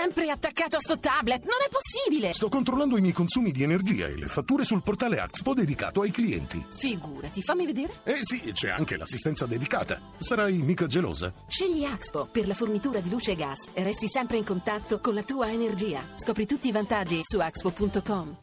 sempre attaccato a sto tablet, non è possibile! Sto controllando i miei consumi di energia e le fatture sul portale Axpo dedicato ai clienti. Figurati, fammi vedere. Sì, c'è anche l'assistenza dedicata. Sarai mica gelosa? Scegli Axpo per la fornitura di luce e gas e resti sempre in contatto con la tua energia. Scopri tutti i vantaggi su axpo.com.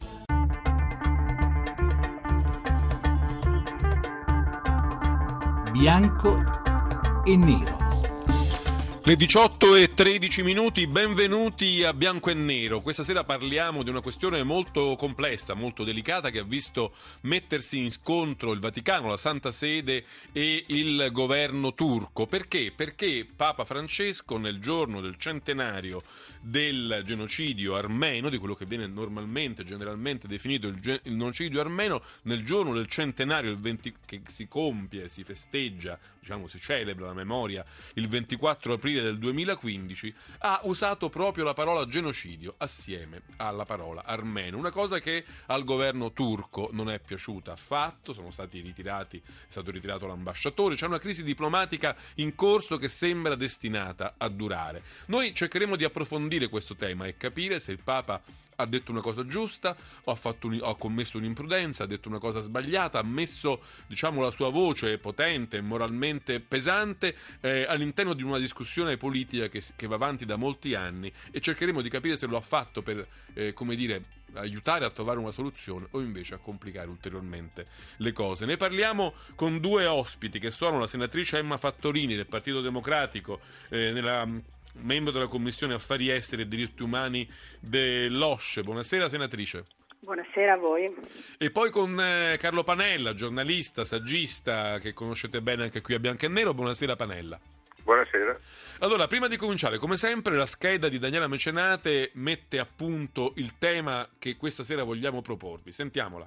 Bianco e nero. Le 18:13, benvenuti a Bianco e Nero. Questa sera parliamo di una questione molto complessa, molto delicata, che ha visto mettersi in scontro il Vaticano, la Santa Sede e il governo turco. Perché? Perché Papa Francesco, nel giorno del centenario del genocidio armeno, di quello che viene normalmente, generalmente definito il genocidio armeno, nel giorno del centenario, il 20, che si compie, si festeggia, si celebra la memoria, il 24 aprile del 2015, ha usato proprio la parola genocidio assieme alla parola armeno, una cosa che al governo turco non è piaciuta affatto. È stato ritirato l'ambasciatore, c'è una crisi diplomatica in corso che sembra destinata a durare. Noi cercheremo di approfondire questo tema e capire se il Papa ha detto una cosa giusta o ha commesso un'imprudenza, ha detto una cosa sbagliata, ha messo la sua voce potente, moralmente pesante all'interno di una discussione politica che va avanti da molti anni, e cercheremo di capire se lo ha fatto per aiutare a trovare una soluzione o invece a complicare ulteriormente le cose. Ne parliamo con due ospiti, che sono la senatrice Emma Fattorini del Partito Democratico, membro della Commissione Affari Esteri e Diritti Umani dell'OSCE. Buonasera senatrice. Buonasera a voi. E poi con Carlo Panella, giornalista, saggista, che conoscete bene anche qui a Bianco e Nero. Buonasera Panella. Buonasera. Allora, prima di cominciare, come sempre, la scheda di Daniela Mecenate mette a punto il tema che questa sera vogliamo proporvi. Sentiamola.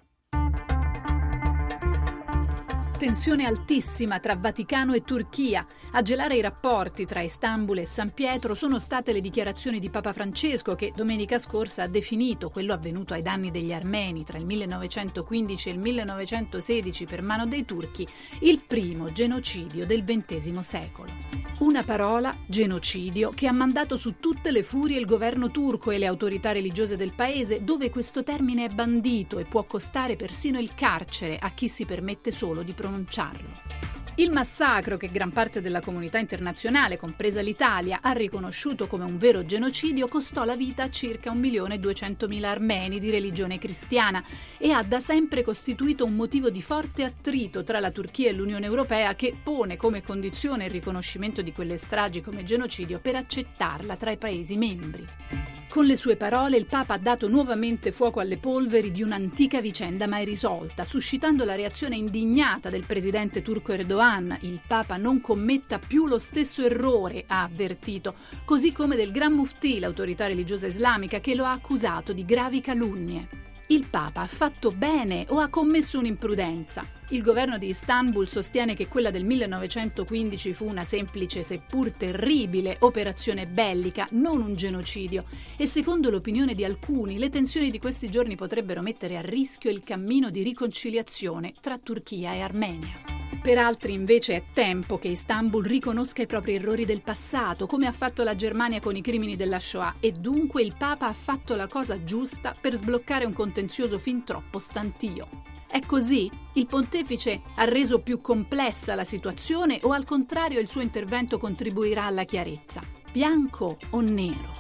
Tensione altissima tra Vaticano e Turchia. A gelare i rapporti tra Istanbul e San Pietro sono state le dichiarazioni di Papa Francesco, che domenica scorsa ha definito quello avvenuto ai danni degli armeni tra il 1915 e il 1916 per mano dei turchi il primo genocidio del XX secolo. Una parola, genocidio, che ha mandato su tutte le furie il governo turco e le autorità religiose del paese, dove questo termine è bandito e può costare persino il carcere a chi si permette solo di pronunciarlo. Il massacro, che gran parte della comunità internazionale, compresa l'Italia, ha riconosciuto come un vero genocidio, costò la vita a circa 1.200.000 armeni di religione cristiana e ha da sempre costituito un motivo di forte attrito tra la Turchia e l'Unione Europea, che pone come condizione il riconoscimento di quelle stragi come genocidio per accettarla tra i Paesi membri. Con le sue parole il Papa ha dato nuovamente fuoco alle polveri di un'antica vicenda mai risolta, suscitando la reazione indignata del presidente turco Erdogan. Il Papa non commetta più lo stesso errore, ha avvertito, così come del Gran Muftì, l'autorità religiosa islamica, che lo ha accusato di gravi calunnie. Il Papa ha fatto bene o ha commesso un'imprudenza? Il governo di Istanbul sostiene che quella del 1915 fu una semplice, seppur terribile, operazione bellica, non un genocidio, e secondo l'opinione di alcuni le tensioni di questi giorni potrebbero mettere a rischio il cammino di riconciliazione tra Turchia e Armenia. Per altri invece è tempo che Istanbul riconosca i propri errori del passato, come ha fatto la Germania con i crimini della Shoah, e dunque il Papa ha fatto la cosa giusta per sbloccare un contenzioso fin troppo stantio. È così? Il pontefice ha reso più complessa la situazione o al contrario il suo intervento contribuirà alla chiarezza? Bianco o nero?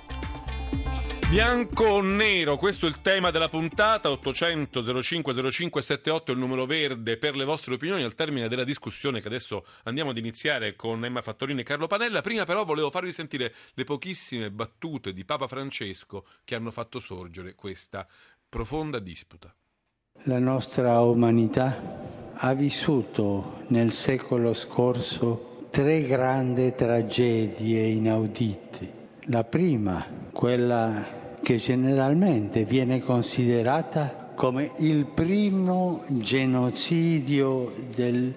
Bianco o nero, questo è il tema della puntata. 800 05 05 78 il numero verde per le vostre opinioni al termine della discussione che adesso andiamo ad iniziare con Emma Fattorini e Carlo Panella. Prima però volevo farvi sentire le pochissime battute di Papa Francesco che hanno fatto sorgere questa profonda disputa. La nostra umanità ha vissuto nel secolo scorso 3 grandi tragedie inaudite. La prima, quella che generalmente viene considerata come il primo genocidio del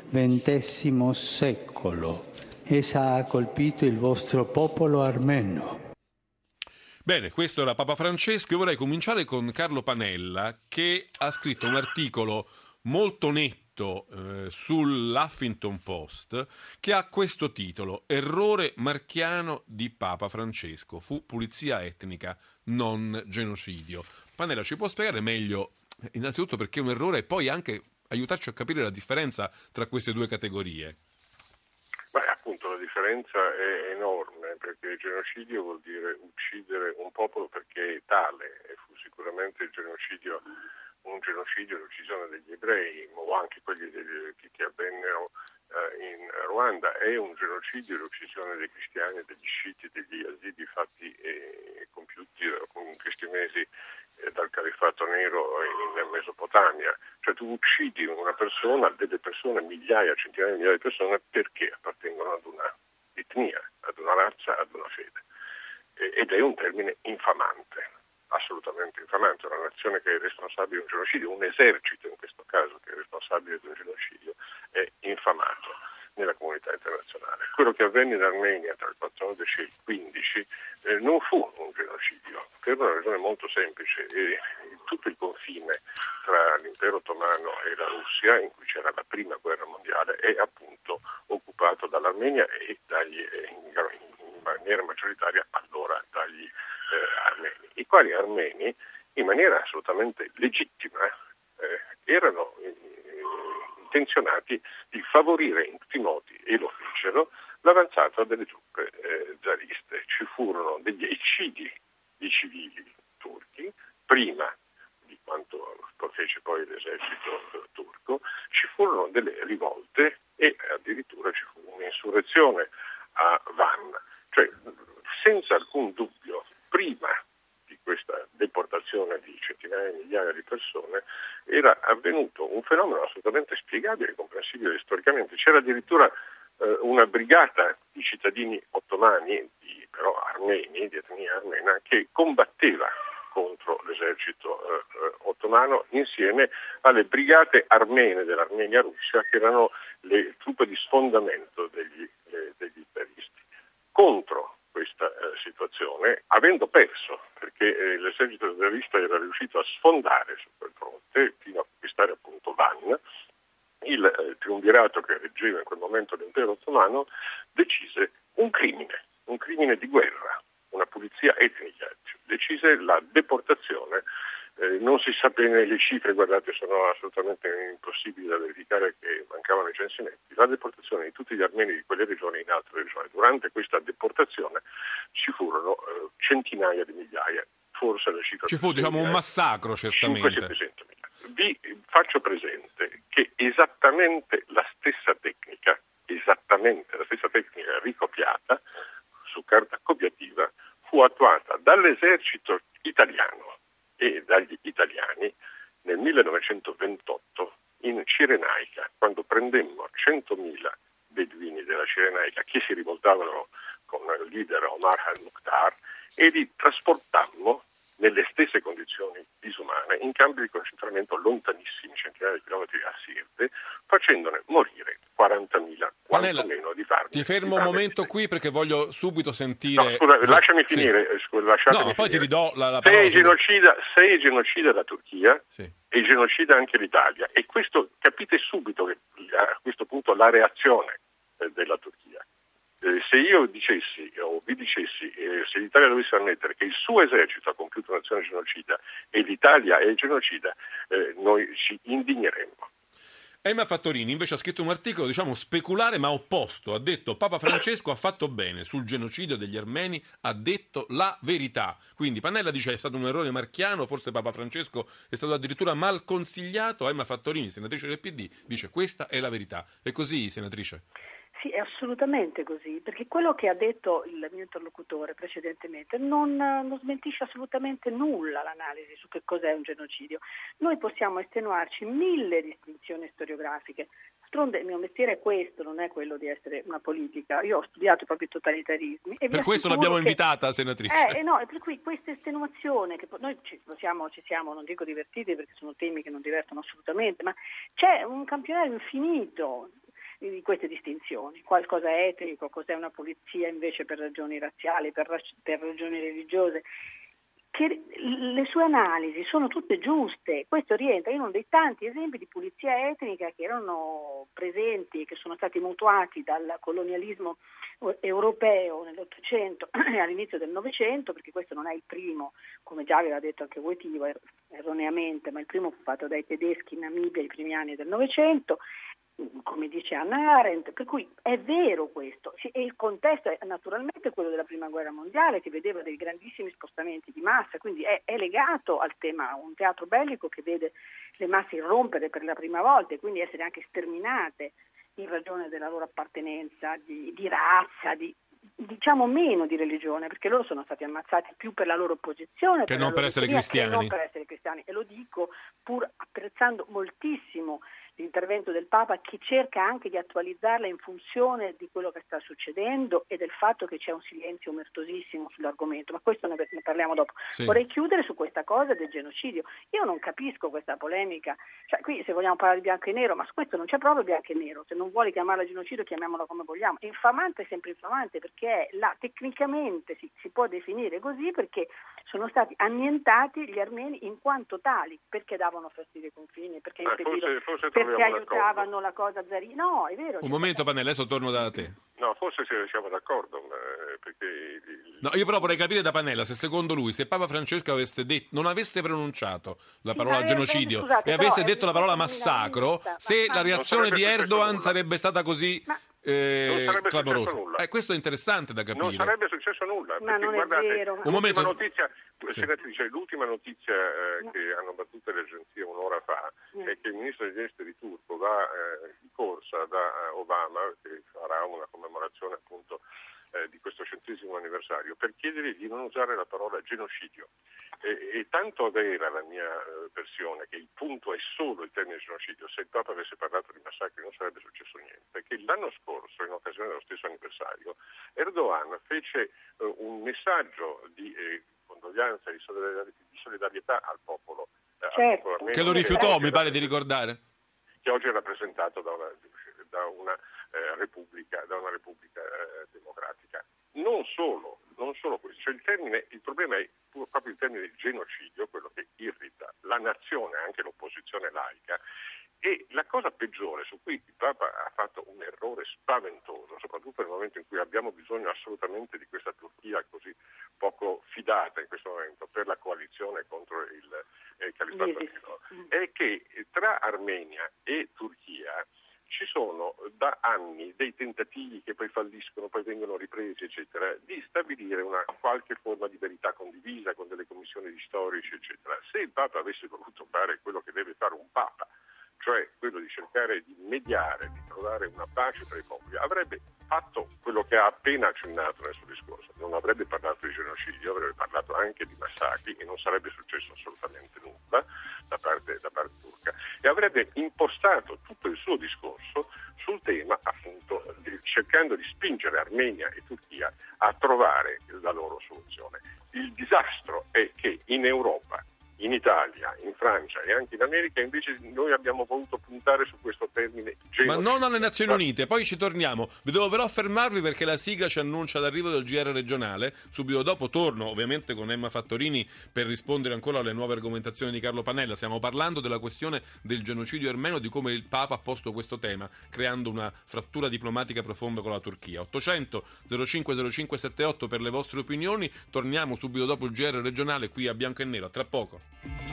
XX secolo. Essa ha colpito il vostro popolo armeno. Bene, questo era Papa Francesco. Io vorrei cominciare con Carlo Panella, che ha scritto un articolo molto netto scritto sull'Huffington Post che ha questo titolo: Errore marchiano di Papa Francesco, fu pulizia etnica, non genocidio. Pannella, ci può spiegare meglio innanzitutto perché è un errore e poi anche aiutarci a capire la differenza tra queste due categorie? Beh, appunto la differenza è enorme, perché genocidio vuol dire uccidere un popolo perché è tale, e fu sicuramente un genocidio, l'uccisione degli ebrei, o anche quelli che avvennero in Ruanda, è un genocidio, l'uccisione dei cristiani, degli sciiti, degli yazidi fatti e compiuti in questi mesi dal califfato nero in Mesopotamia. Cioè tu uccidi una persona, delle persone, migliaia, centinaia di migliaia di persone, perché appartengono ad una etnia, ad una razza, ad una fede. Ed è un termine infamante, assolutamente infamante. Una nazione che è responsabile di un genocidio, un esercito in questo caso che è responsabile di un genocidio, è infamato nella comunità internazionale. Quello che avvenne in Armenia tra il 14 e il 15 non fu un genocidio, per una ragione molto semplice. Tutto il confine tra l'impero ottomano e la Russia, in cui c'era la prima guerra mondiale, è appunto occupato dall'Armenia e in maniera maggioritaria allora dagli armeni, i quali armeni in maniera assolutamente legittima erano intenzionati di favorire in tutti i modi, e lo fecero, l'avanzata delle truppe zariste. Ci furono degli eccidi di civili turchi, prima di quanto fece poi l'esercito turco, ci furono delle rivolte e addirittura ci fu un'insurrezione a Van. Cioè, senza alcun dubbio, prima di questa deportazione di centinaia di migliaia di persone era avvenuto un fenomeno assolutamente spiegabile e comprensibile storicamente. C'era addirittura una brigata di cittadini ottomani, però armeni, di etnia armena, che combatteva contro l'esercito ottomano insieme alle brigate armene dell'Armenia Russia, che erano le truppe di sfondamento degli imperisti. Contro questa situazione, avendo perso, perché l'esercito zarista era riuscito a sfondare su quel fronte fino a conquistare appunto Van, il triumvirato che reggeva in quel momento l'impero ottomano decise un crimine di guerra, una pulizia etnica, decise la deportazione. Non si sa bene le cifre, guardate, sono assolutamente impossibili da verificare, che mancavano i censimenti, la deportazione di tutti gli armeni di quelle regioni in altre regioni. Durante questa deportazione ci furono centinaia di migliaia, forse la cifra ci fu un massacro, certamente. 500-600.000. Vi faccio presente che esattamente la stessa tecnica ricopiata su carta copiativa fu attuata dall'esercito italiano e dagli italiani nel 1928 in Cirenaica, quando prendemmo 100.000 beduini della Cirenaica che si rivoltavano con il leader Omar al-Mukhtar e li trasportammo nelle stesse condizioni disumane in campi di concentramento lontanissimi, centinaia di chilometri a Sirte, facendone morire 40.000, quantomeno di farmaci. Ti fermo un momento qui perché voglio subito sentire... No, scusa, lasciami finire. No, poi ti ridò la parola. Se è genocida la Turchia, è genocida anche l'Italia. E questo capite subito che a questo punto la reazione della Turchia. Se io dicessi o vi dicessi se l'Italia dovesse ammettere che il suo esercito ha compiuto un'azione genocida e l'Italia è genocida, noi ci indigneremmo. Emma Fattorini invece ha scritto un articolo, speculare ma opposto. Ha detto: Papa Francesco ha fatto bene, sul genocidio degli armeni ha detto la verità. Quindi Pannella dice è stato un errore marchiano, forse Papa Francesco è stato addirittura mal consigliato. Emma Fattorini, senatrice del PD, dice questa è la verità. È così, senatrice? Sì, è assolutamente così, perché quello che ha detto il mio interlocutore precedentemente non smentisce assolutamente nulla l'analisi su che cos'è un genocidio. Noi possiamo estenuarci 1000 distinzioni storiografiche. D'altronde il mio mestiere è questo, non è quello di essere una politica. Io ho studiato proprio i totalitarismi. E per questo l'abbiamo invitata, senatrice. No, e per cui questa estenuazione, che noi ci siamo, non dico divertiti perché sono temi che non divertono assolutamente, ma c'è un campionario infinito di queste distinzioni, qualcosa è etnico, cos'è una pulizia invece per ragioni razziali, per ragioni religiose. che le sue analisi sono tutte giuste. Questo rientra in uno dei tanti esempi di pulizia etnica che erano presenti e che sono stati mutuati dal colonialismo europeo nell'Ottocento e all'inizio del Novecento, perché questo non è il primo, come già aveva detto anche Wojtyła erroneamente, ma il primo fu fatto dai tedeschi in Namibia ai primi anni del Novecento, come dice Hannah Arendt, per cui è vero questo, e il contesto è naturalmente quello della Prima Guerra Mondiale, che vedeva dei grandissimi spostamenti di massa, quindi è legato al tema, un teatro bellico che vede le masse irrompere per la prima volta e quindi essere anche sterminate in ragione della loro appartenenza di razza, diciamo meno di religione, perché loro sono stati ammazzati più per la loro posizione che non per essere cristiani. Che non per essere cristiani, e lo dico pur apprezzando moltissimo l'intervento del Papa, che cerca anche di attualizzarla in funzione di quello che sta succedendo e del fatto che c'è un silenzio omertosissimo sull'argomento, ma questo ne parliamo dopo. Sì. Vorrei chiudere su questa cosa del genocidio. Io non capisco questa polemica, cioè qui se vogliamo parlare di bianco e nero, ma su questo non c'è proprio bianco e nero, se non vuole chiamarla genocidio chiamiamola come vogliamo. Infamante è sempre infamante, perché tecnicamente si può definire così, perché sono stati annientati gli armeni in quanto tali, perché davano fastidio ai confini, perché perché aiutavano la cosa zarina. No, è vero. Un momento, Pannella, adesso torno da te. No, forse siamo d'accordo, perché... No, io però vorrei capire da Pannella se secondo lui, se Papa Francesco non avesse pronunciato la parola genocidio e avesse detto la parola massacro, se la reazione di Erdogan sarebbe stata così... clamoroso. Questo è interessante da capire. Non sarebbe successo nulla. Ma non è vero. Un momento. Senatrice, l'ultima notizia che hanno battuto le agenzie un'ora fa è che il ministro degli esteri turco va di corsa da Obama, che farà una commemorazione appunto di questo 100° anniversario, per chiedergli di non usare la parola genocidio. E tanto vera la mia versione che il punto è solo il termine genocidio. Se il Papa avesse parlato di massacri non sarebbe successo niente, perché l'anno scorso, in occasione dello stesso anniversario, Erdogan fece un messaggio di condoglianza, di solidarietà al popolo, certo, che lo rifiutò, mi pare di ricordare, che oggi è rappresentato da una repubblica democratica. Non solo questo, cioè il problema è proprio il termine genocidio, quello che irrita la nazione, anche l'opposizione laica. E la cosa peggiore su cui il Papa ha fatto un errore spaventoso, soprattutto nel momento in cui abbiamo bisogno assolutamente di questa Turchia così poco fidata in questo momento per la coalizione contro il califfato armeno, è che tra Armenia e Turchia ci sono da anni dei tentativi che poi falliscono, poi vengono ripresi, eccetera, di stabilire una qualche forma di verità condivisa con delle commissioni di storici, eccetera. Se il Papa avesse voluto fare quello che deve fare un Papa, cioè quello di cercare di mediare, di trovare una pace tra i popoli, avrebbe fatto quello che ha appena accennato nel suo discorso. Non avrebbe parlato di genocidio, avrebbe parlato anche di massacri e non sarebbe successo assolutamente nulla da parte turca, e avrebbe impostato tutto il suo discorso sul tema appunto cercando di spingere Armenia e Turchia a trovare la loro soluzione. Il disastro è che in Europa, in Italia, in Francia e anche in America invece noi abbiamo voluto puntare su questo termine genocidio. Ma non alle Nazioni Unite, poi ci torniamo. Vi devo però fermarvi perché la sigla ci annuncia l'arrivo del GR regionale. Subito dopo torno ovviamente con Emma Fattorini per rispondere ancora alle nuove argomentazioni di Carlo Pannella. Stiamo parlando della questione del genocidio armeno, di come il Papa ha posto questo tema creando una frattura diplomatica profonda con la Turchia. 800 05 05 78 per le vostre opinioni. Torniamo subito dopo il GR regionale qui a Bianco e Nero, tra poco.